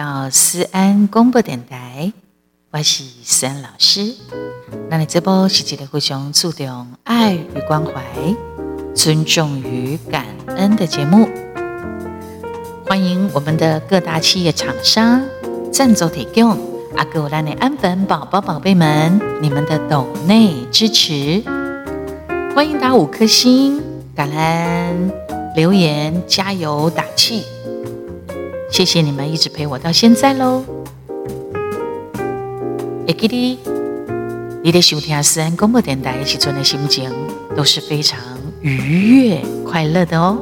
到思安广播电台，我是思安老师。那这波是一个非常注重爱与关怀、尊重与感恩的节目。欢迎我们的各大企业厂商赞助提供，还有咱的安粉宝宝宝贝们，你们的抖内支持，欢迎打5颗星，感恩留言加油打气。谢谢你们一直陪我到现在咯。会记得你在收听思安广播电台时阵的心情都是非常愉悦快乐的哦。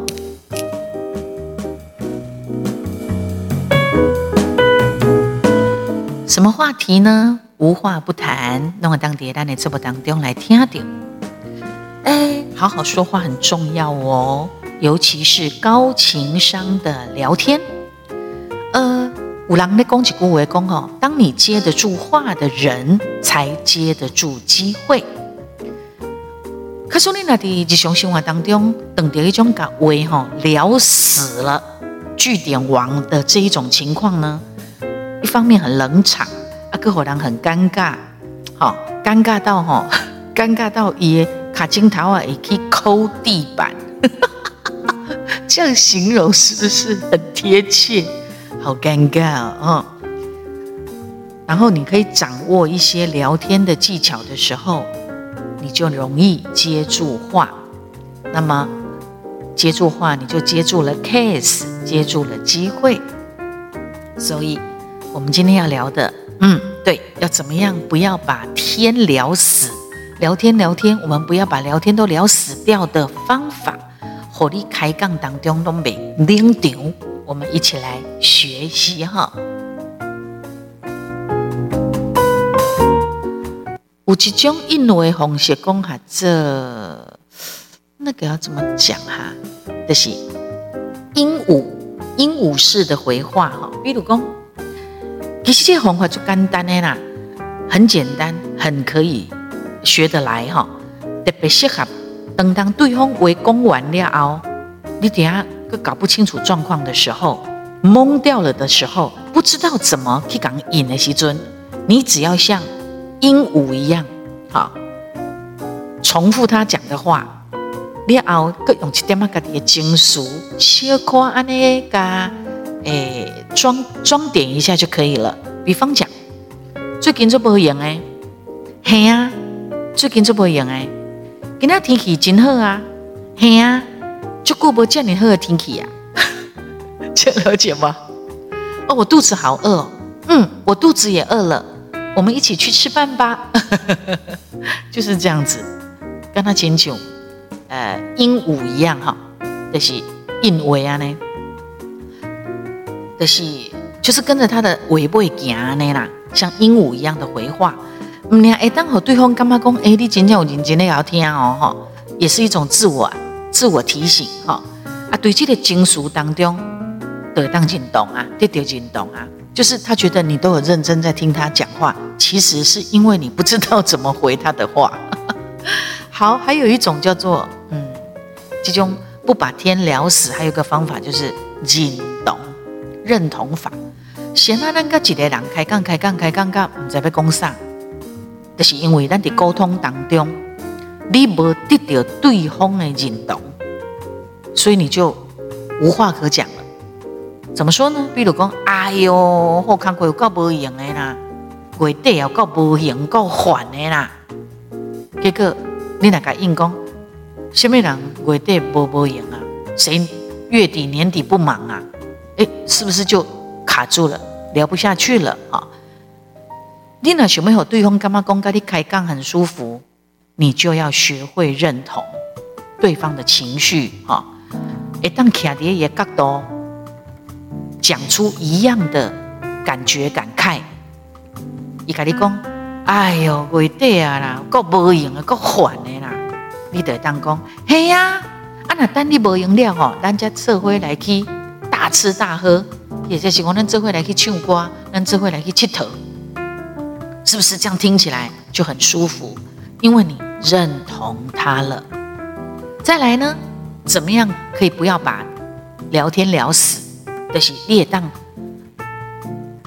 什么话题呢？无话不谈，弄个当在咱的节目当中来听到。好好说话很重要哦，尤其是高情商的聊天。有人在讲一句话说，当你接得住话的人，才接得住机会。可是你在日常生活当中，等到一种把话聊死了、句点王的这一种情况呢，一方面很冷场，各伙人很尴尬，尴尬到也卡金头啊，也可以抠地板，这样形容是不是很贴切？好尴尬哦。然后你可以掌握一些聊天的技巧的时候，你就容易接住话。那么接住话，你就接住了 case， 接住了机会。所以我们今天要聊的，对，要怎么样不要把天聊死？聊天，我们不要把聊天都聊死掉的方法，让你开讲当中都没冷场。我们一起来学习哈。有一种应对方式讲哈，那个要怎么讲哈？就是鹦鹉式的回话哈。比如讲，其实这个方法就简单的啦，很简单，很可以学得来哈。特别适合当对方话讲完了后，你等下搞不清楚状况的时候，懵掉了的时候，不知道怎么去讲引的时阵，你只要像鹦鹉一样，重复他讲的话，然后各用一点自己的情绪，小可安尼加装点一下就可以了。比方讲，最近做无用诶，嘿啊，最近做无用诶，今仔天气真好啊，嘿啊。就过不这么好的天气啊，这了解吗？我肚子好饿哦，我肚子也饿了，我们一起去吃饭吧。就是这样子，跟他亲像鹦鹉一样哈，就是应话啊呢，就是跟着他的尾巴行呢啦，像鹦鹉一样的回话。当和对方感觉讲，你真正有认真的要听哦，也是一种自我提醒对这个情绪当中得当认同啊，得认同啊，就是他觉得你都有认真在听他讲话，其实是因为你不知道怎么回他的话。好，还有一种叫做这种不把天聊死，还有一个方法就是认同法。先咱跟一个人开讲，不知道要讲啥，就是因为咱在沟通当中，你没得到对方的认同，所以你就无话可讲了。怎么说呢？比如讲，我看过有够无用的啦，月底有够无用、够烦的啦。结果你那个硬讲，什么人月底无用啊？谁月底年底不忙啊？是不是就卡住了，聊不下去了啊？你若想要对方感觉讲跟你开讲很舒服，你就要学会认同对方的情绪当站在他的角度讲出一样的感觉感慨，他跟你讲，月底啊啦，够无用的，够烦的啦，你就当讲，嘿呀，那等你无用了咱才做伙来去大吃大喝，也就是说咱做伙来去唱歌，咱做伙来去佚佗，是不是这样听起来就很舒服？因为你认同他了。再来呢，怎么样可以不要把聊天聊死？就是你也当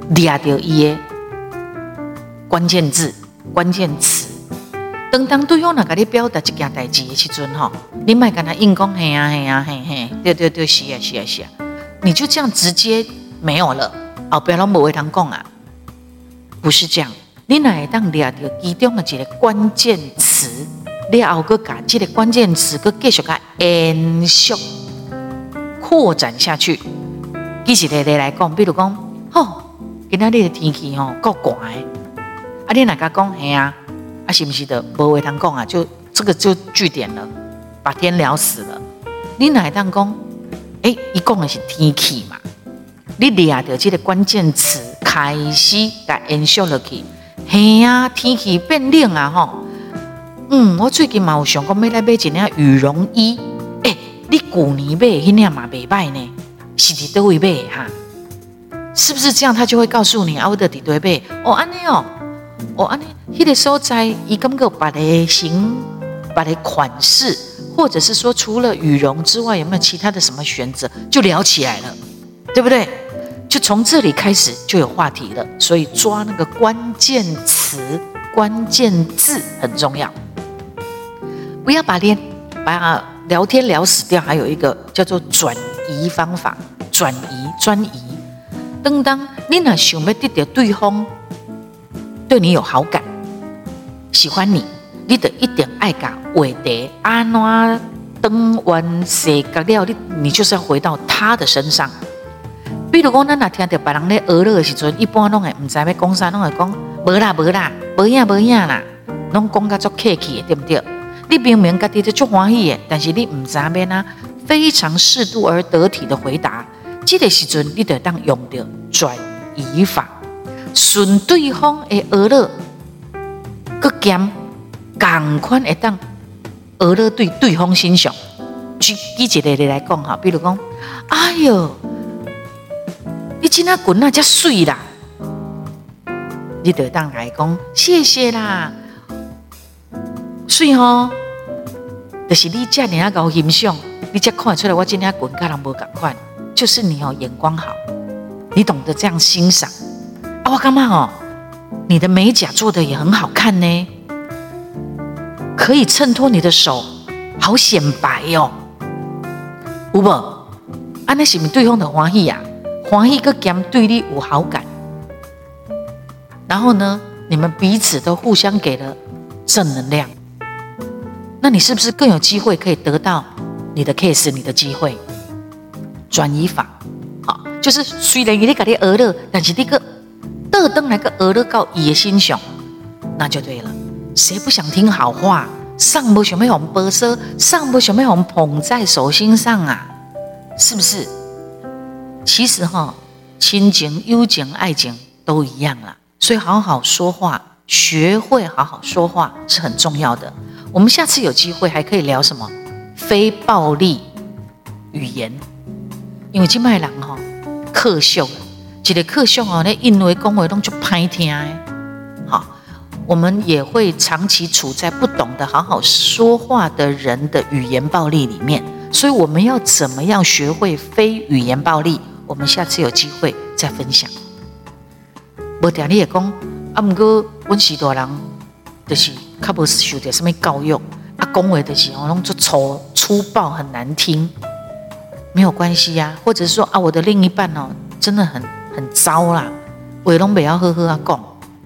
抓到伊的关键字、关键词。当对方若甲你表达一件代志的时阵吼，你莫跟他硬讲嘿啊嘿啊嘿嘿，对，是啊，你就这样直接没有了，后边拢无话通讲啊，不是这样。你若会当抓到其中的一个关键词，了后佮把这个关键词佮继续甲延续扩展下去。举一个例来讲，比如讲，今仔日的天气够寒的，啊，你若甲讲嘿啊。是不是的？无话通讲啊，就这个就句点了，把天聊死了。你哪会当讲？伊讲的是天气嘛？你抓到这个关键词，开始甲延续落去。嘿啊，天气变冷啊吼。我最近嘛有想讲要来买一件羽绒衣。你去年买的那件嘛袂歹呢，是伫倒位买的哈？是不是这样？他就会告诉你啊，我伫倒位买。安尼哦。安尼，迄个所在，伊感觉别的款式，或者是说除了羽绒之外，有没有其他的什么选择，就聊起来了，对不对？就从这里开始就有话题了。所以抓那个关键词、关键字很重要，不要把聊天聊死掉。还有一个叫做转移方法，专移。当你若想要得到对方对你有好感，喜欢你，你得一定爱甲话题安怎转弯洗角了，你就是要回到他的身上。比如讲，咱若听到别人咧讹乐的时阵，一般拢会唔知要讲啥，拢会讲无啦，无影啦，拢讲甲足客气的，对不对？你明明家己就足欢喜的，但是你唔知要哪非常适度而得体的回答，这个时阵你得当用到转移法。顺对方的讹乐，佮兼同款会当讹乐对对方欣赏。举一个例来讲哈，比如讲，哎哟，你今仔裙啊，遮水啦，你得当来讲谢谢啦，水吼，就是你遮尔高欣赏，你才看得出来我今仔裙甲人无同款，就是你眼光好，你懂得这样欣赏。我感觉你的美甲做的也很好看呢，可以衬托你的手，好显白哦，有无？那是不是对方的欢喜啊？欢喜佮兼对你有好感，然后呢，你们彼此都互相给了正能量，那你是不是更有机会可以得到你的 case， 你的机会？转移法，好，就是虽然你跟你讹了，但是你个倒转来个讹了到伊的心上，那就对了。谁不想听好话？上不想要我们播说，上不想要我们捧在手心上啊？是不是？其实亲情、友情、爱情都一样啦。所以好好说话，学会好好说话是很重要的。我们下次有机会还可以聊什么非暴力语言，因为现在人客秀，一个客秀咧，因为讲话拢就歹听的。好，我们也会长期处在不懂得好好说话的人的语言暴力里面，所以我们要怎么样学会非语言暴力？我们下次有机会再分享。无定你也讲，不过阮时大人就是较无受到什么教育，讲话就是拢就粗暴很难听，没有关系呀。或者是说我的另一半真的很糟啦，话拢不要好好讲。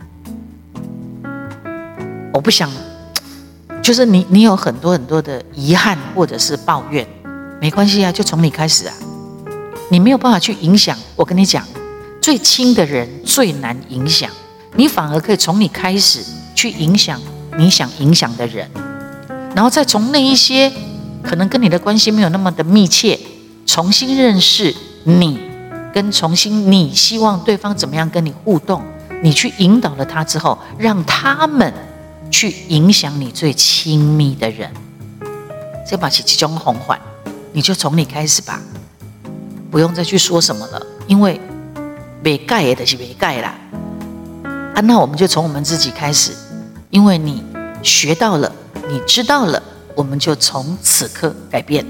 我不想，就是你有很多很多的遗憾或者是抱怨，没关系啊，就从你开始啊。你没有办法去影响，我跟你讲，最亲的人最难影响，你反而可以从你开始去影响你想影响的人，然后再从那一些可能跟你的关系没有那么的密切，重新认识你，跟重新你希望对方怎么样跟你互动，你去引导了他之后，让他们去影响你最亲密的人，这把是其中红环，你就从你开始吧，不用再去说什么了，因为没改的就是没改啦。那我们就从我们自己开始，因为你学到了，你知道了，我们就从此刻改变。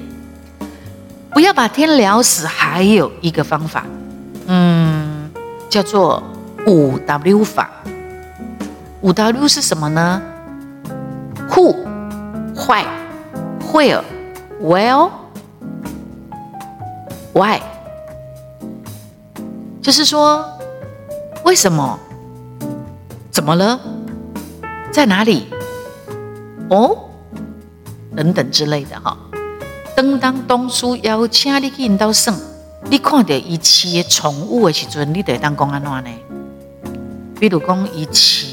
不要把天聊死，还有一个方法，叫做 5W 法。5W 是什么呢？ Who、Why、Where、Well、Why， 就是说为什么、怎么了、在哪里、哦等等之类的哈。当同事邀请你去因兜耍，你看到伊饲的宠物的时阵，你就会当讲安怎呢？比如讲伊饲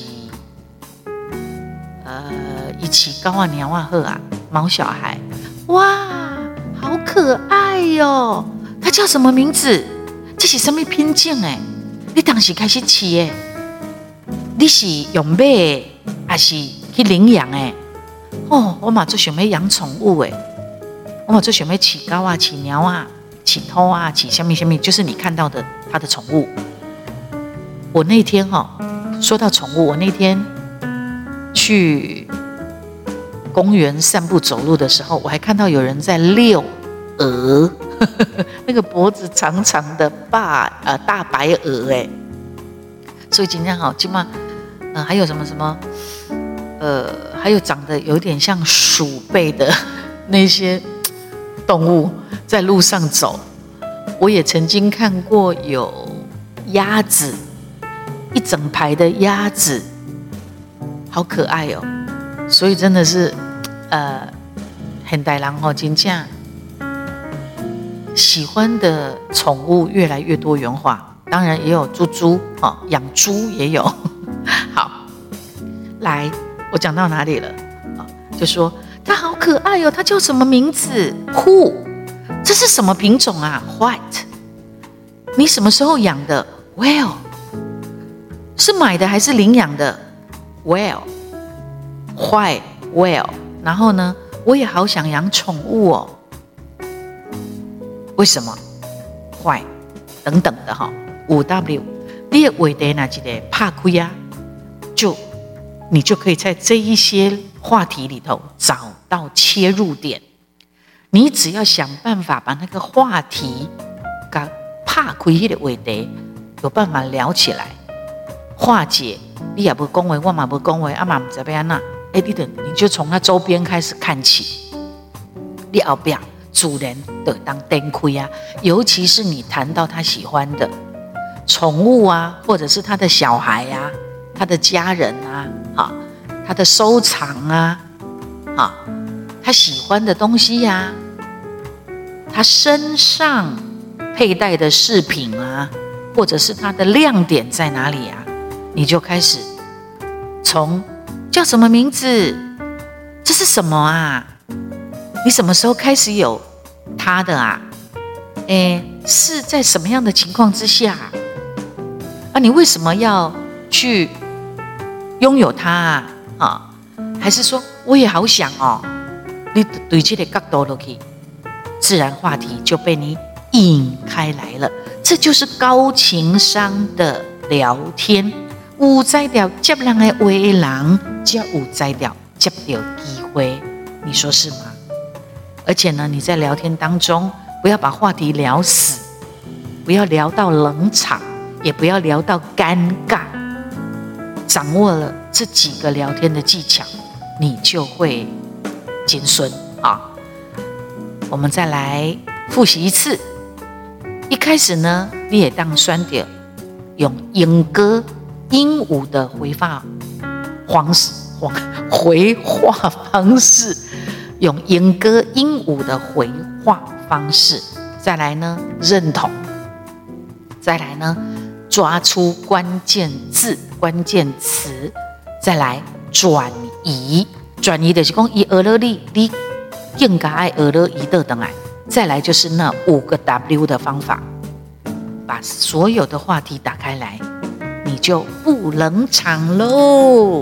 狗啊、猫啊、鹤啊、毛小孩，哇，好可爱哟！它叫什么名字？这是什么品种诶？你当时开始饲诶，你是用买的，还是去领养诶？哦，我嘛最想要养宠物诶，我嘛最想要饲狗啊、饲猫啊、饲兔啊、饲什么，就是你看到的它的宠物。我那天说到宠物，我那天去公园散步走路的时候，我还看到有人在遛鹅，那个脖子长长的大白鹅哎，所以今天今晚还有什么还有长得有点像鼠辈的那些动物在路上走。我也曾经看过有鸭子，一整排的鸭子，好可爱哦。所以真的是现代人真正喜欢的宠物越来越多元化，当然也有猪养猪也有。好，来，我讲到哪里了？就说它好可爱哦，它叫什么名字 ？Who？ 这是什么品种啊 ？What？ 你什么时候养的 ？Well？ 是买的还是领养的 ？Well？Why well？ 然后呢，我也好想养宠物哦。为什么 ？Why？ 等等的5W， 你的话题哪一个拍开啊，你就可以在这一些话题里头找到切入点。你只要想办法把那个话题给拍开那个话题，有办法聊起来，化解。你也不恭维，我嘛不恭维，嘛不知道要怎样。你就从那周边开始看起，你后边主人就当灯开啊。尤其是你谈到他喜欢的宠物啊，或者是他的小孩啊、他的家人啊、他的收藏啊、他喜欢的东西啊、他身上佩戴的饰品啊，或者是他的亮点在哪里啊，你就开始从叫什么名字？这是什么啊？你什么时候开始有它的啊？是在什么样的情况之下啊？你为什么要去拥有它啊？还是说我也好想哦？你对这个角度落去，自然话题就被你引开来了。这就是高情商的聊天。有才调接人的话的人，才有才调接到机会，你说是吗？而且呢，你在聊天当中，不要把话题聊死，不要聊到冷场，也不要聊到尴尬。掌握了这几个聊天的技巧，你就会减损啊。我们再来复习一次。一开始呢，你也当选择用英歌。鹦鹉的回话方式，用鹦鹉的回话方式，再来呢认同，再来呢抓出关键字、关键词，再来转移就是说伊学了你更加爱学了伊倒回来，再来就是那5个 W 的方法，把所有的话题打开来。你就不冷场喽。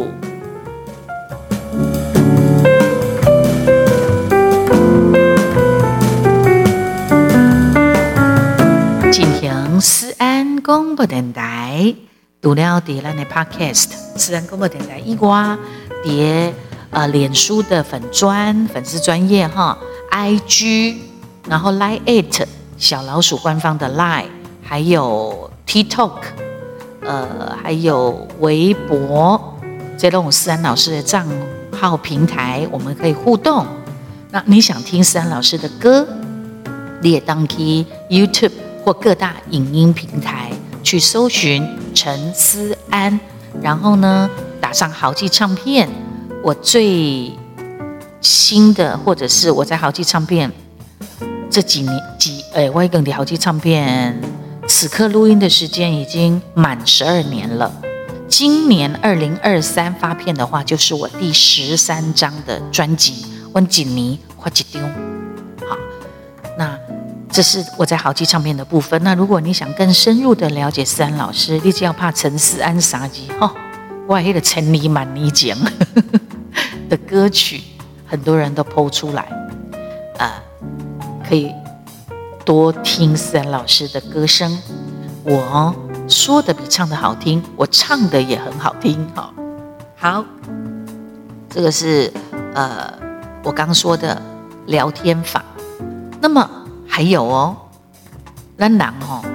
进行思安广播电台，除了在咱的 Podcast 思安广播电台以外，在脸书的粉丝专页IG， 然后 Line@ 小老鼠官方的 Line， 还有 TikTok。 还有微博这种思安老师的账号平台，我们可以互动。那你想听思安老师的歌，你也当去 YouTube 或各大影音平台去搜寻陈思安，然后呢打上豪记唱片。我最新的，或者是我在豪记唱片这几年我已经离豪记唱片此刻录音的时间已经满12年了。今年2023发片的话，就是我第13张的专辑，我一年发一张。好，那这是我在豪记唱片的部分。那如果你想更深入的了解思安老师，你只要怕陈思安啥字我那个千里万里前的歌曲，很多人都po出来，可以多听思安老师的歌声。我说的比唱的好听，我唱的也很好听。好，这个是我刚说的聊天法。那么还有咱人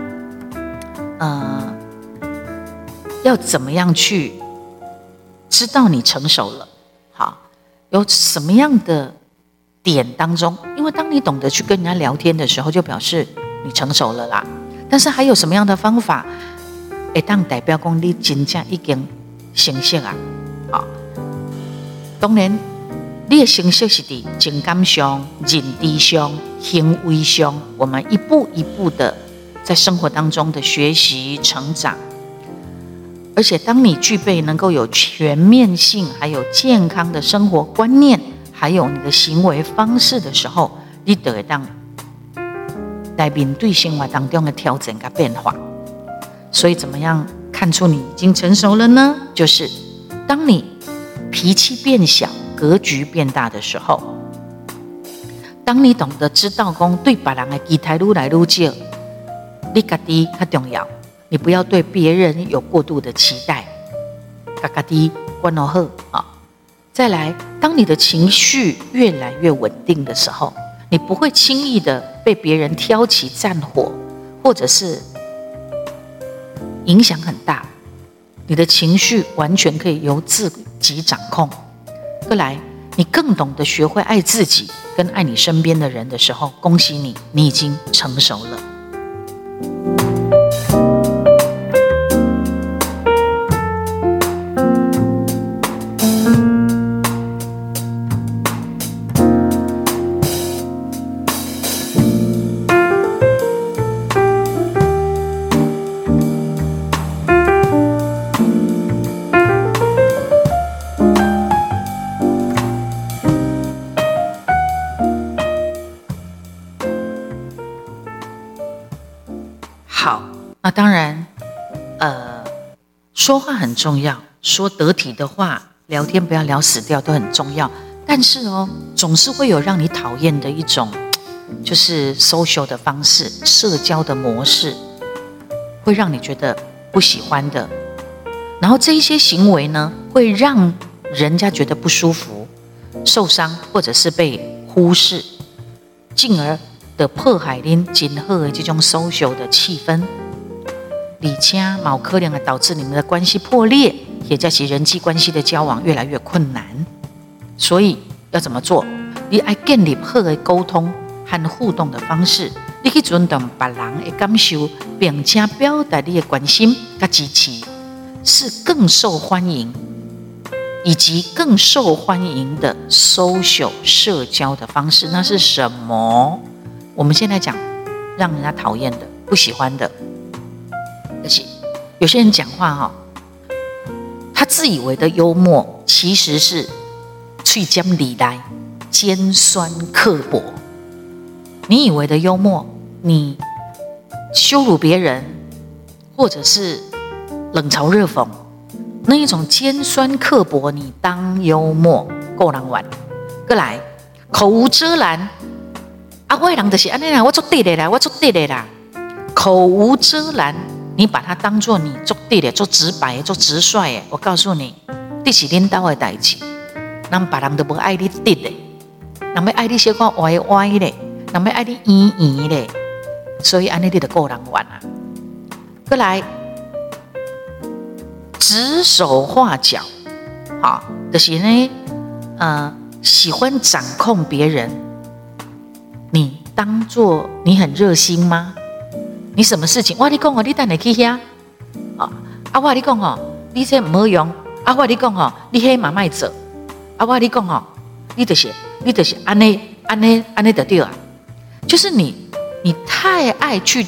要怎么样去知道你成熟了？好，有什么样的点当中？因为当你懂得去跟人家聊天的时候，就表示你成熟了啦。但是还有什么样的方法会当代表说你真正已经成熟啊？好，当然你的成熟是在情感上、认知上、行为上，我们一步一步的在生活当中的学习成长。而且当你具备能够有全面性还有健康的生活观念，还有你的行为方式的时候，你就会当来面对生活当中的调整跟变化。所以怎么样看出你已经成熟了呢？就是当你脾气变小，格局变大的时候，当你懂得知道说对别人的期待越来越少，你自己较重要，你不要对别人有过度的期待，自己管好好。再来，当你的情绪越来越稳定的时候，你不会轻易的被别人挑起战火，或者是影响很大，你的情绪完全可以由自己掌控。再来，你更懂得学会爱自己跟爱你身边的人的时候，恭喜你，你已经成熟了。那当然说话很重要，说得体的话，聊天不要聊死掉都很重要。但是总是会有让你讨厌的一种就是 social 的方式，社交的模式，会让你觉得不喜欢的。然后这一些行为呢，会让人家觉得不舒服、受伤，或者是被忽视，进而的破坏您今后的这种 social 的气氛。而且也有可能导致你们的关系破裂，也在其人际关系的交往越来越困难。所以要怎么做？你要建立好的沟通和互动的方式，你去尊重别人的感受，并且表达你的关心和支持，是更受欢迎以及更受欢迎的 social 社交的方式。那是什么？我们现在讲让人家讨厌的、不喜欢的。而且有些人讲话他自以为的幽默，其实是嘴尖里来尖酸刻薄。你以为的幽默，你羞辱别人，或者是冷嘲热讽，那一种尖酸刻薄，你当幽默够人玩。再来，口无遮拦，我的人就是这样啦，我做对的啦，我做对的啦。口无遮拦，你把它当作你做对的、做直白的、做直率的，我告诉你，这是领导的代志。人别人都不爱你对的，人要爱你小可歪歪的，人要爱你圆圆的，所以安尼你就够人玩啊。再来， 指手画脚，好，就是呢，喜欢掌控别人。你当作你很热心吗？你什么事情？我跟你讲哦，你等下去遐，我跟你讲哦，你这唔好用。我跟你讲哦，你迄嘛卖做。我跟你讲哦，你就是安尼就对啊。就是你太爱去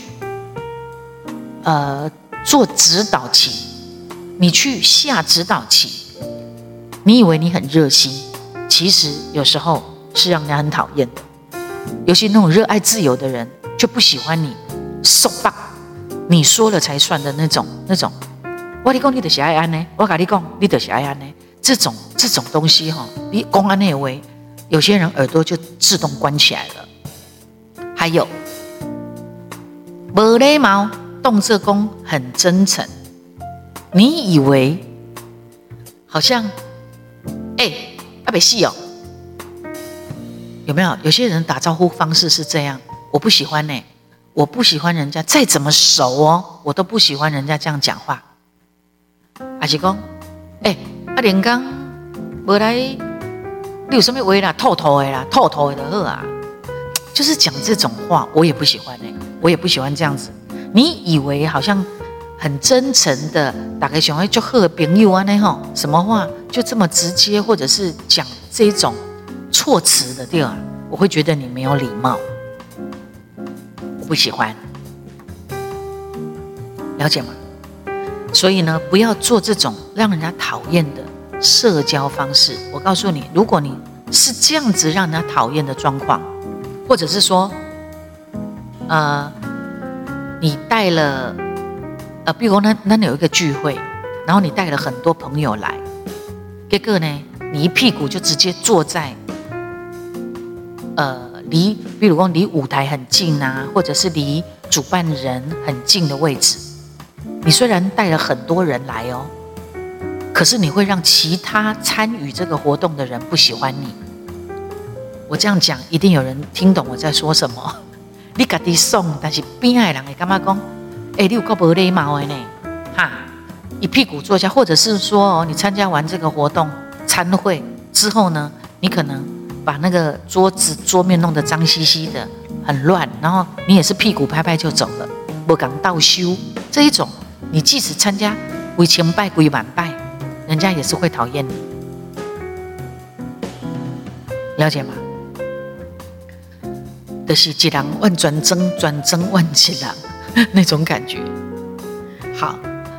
做指导棋，你去下指导棋，你以为你很热心，其实有时候是让人家很讨厌的。尤其那种热爱自由的人，就不喜欢你说吧，你说了才算的那种。我跟你讲，你就是爱安呢；我跟你讲，你就是爱安呢。这种东西哈，你讲安那话，有些人耳朵就自动关起来了。还有，没礼貌，动作功很真诚，你以为好像没戏哦。有没有？有些人打招呼方式是这样，我不喜欢呢。我不喜欢人家再怎么熟哦，我都不喜欢人家这样讲话。还是讲，连刚没来，你有什么话啦？透透的啦，透透的就好啊。就是讲这种话，我也不喜欢我也不喜欢这样子。你以为好像很真诚的，大概想要就好朋友啊那吼，什么话就这么直接，或者是讲这种措辞的对吧？我会觉得你没有礼貌，我不喜欢，了解吗？所以呢，不要做这种让人家讨厌的社交方式。我告诉你，如果你是这样子让人家讨厌的状况，或者是说，你带了，比如说那有一个聚会，然后你带了很多朋友来，结果呢，你一屁股就直接坐在，比如说离舞台很近啊，或者是离主办人很近的位置。你虽然带了很多人来哦，可是你会让其他参与这个活动的人不喜欢你。我这样讲，一定有人听懂我在说什么。你自己爽，但是边的人会感觉讲，你有够没礼貌的呢，哈！一屁股坐下，或者是说，你参加完这个活动参会之后呢，你可能把那个桌面弄得脏兮兮的，很乱，然后你也是屁股拍拍就走了，不敢倒修这一种。你即使参加几千拜、几万拜，人家也是会讨厌你，了解吗？就是一人万转争，转争万一人那种感觉。好，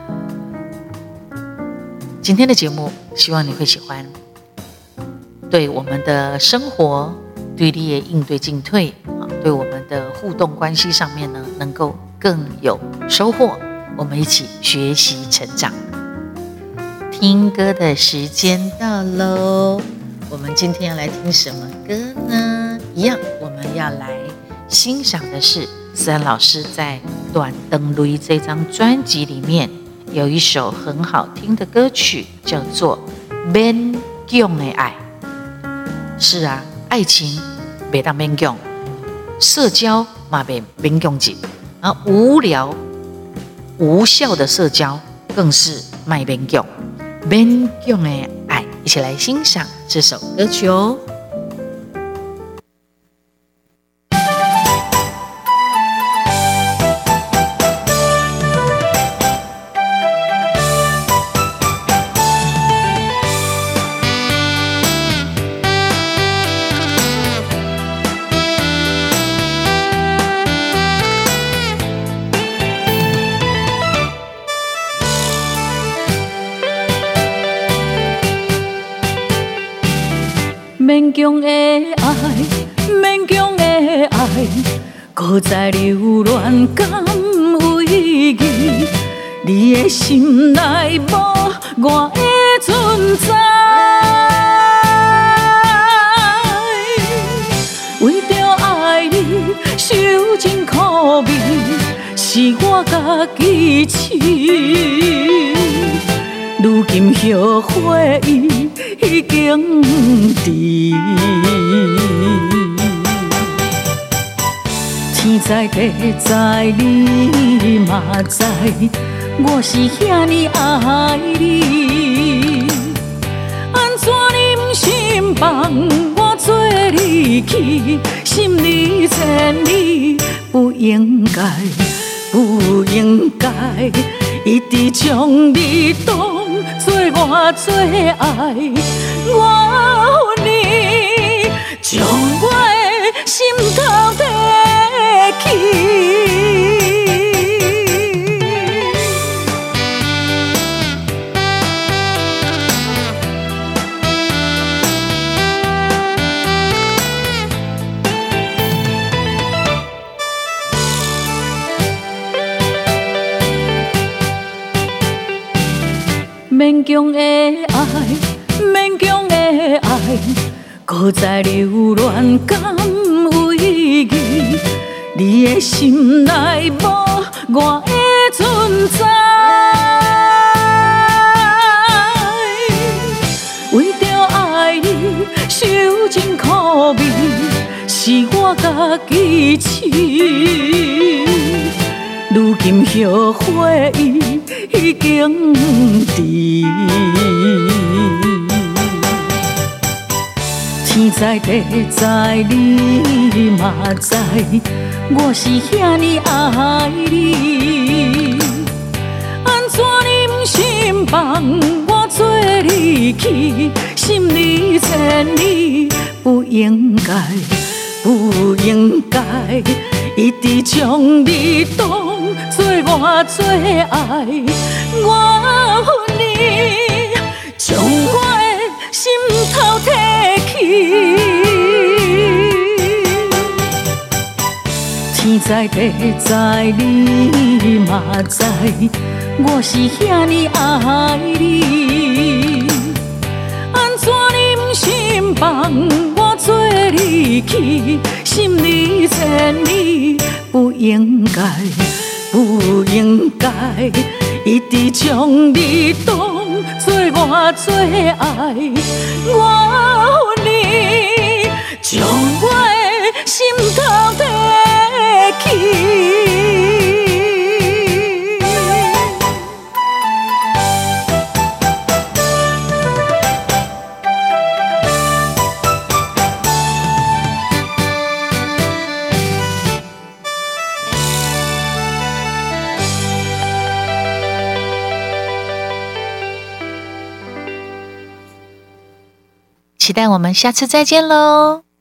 今天的节目希望你会喜欢，对我们的生活、对你的应对进退，对我们的互动关系上面呢，能够更有收获。我们一起学习成长。听歌的时间到喽，我们今天要来听什么歌呢？一样，我们要来欣赏的是思安老师在《短灯笼》这张专辑里面有一首很好听的歌曲，叫做《免讲的爱》。是啊，爱情不当免讲，社交嘛别免讲起，然后无效的社交更是卖免讲的爱。一起来欣赏这首歌曲哦。 勉强的爱，勉强的爱，搁再留恋敢有意义？你的心内无我的存在，为着爱你受尽苦味，是我家己痴。如今后悔已经迟，天知地知你嘛知， 我是遐尼爱你，安怎忍心放我做你去？心里千里，不应该，不应该，一直将你当作我最爱。我恨你，将我的心头摕去。勉强的爱，勉强的爱，搁再留恋敢有意义？你的心内无我的存在，为着爱你受尽苦味，是我家己痴。如今后悔已经迟，天知地知你嘛知，我是遐尼爱你，安怎忍心放我做你去？心里千里，不应该，不应该，一直将你当作我最爱。我恨你，将我的心头摕去。天知地知你嘛知，我是遐尼爱你，安怎忍心放我做你去？心里千里，不应该，不应该，一直将你当作我最爱。我恨你，将我的心头摕去。 期待我们下次再见喽。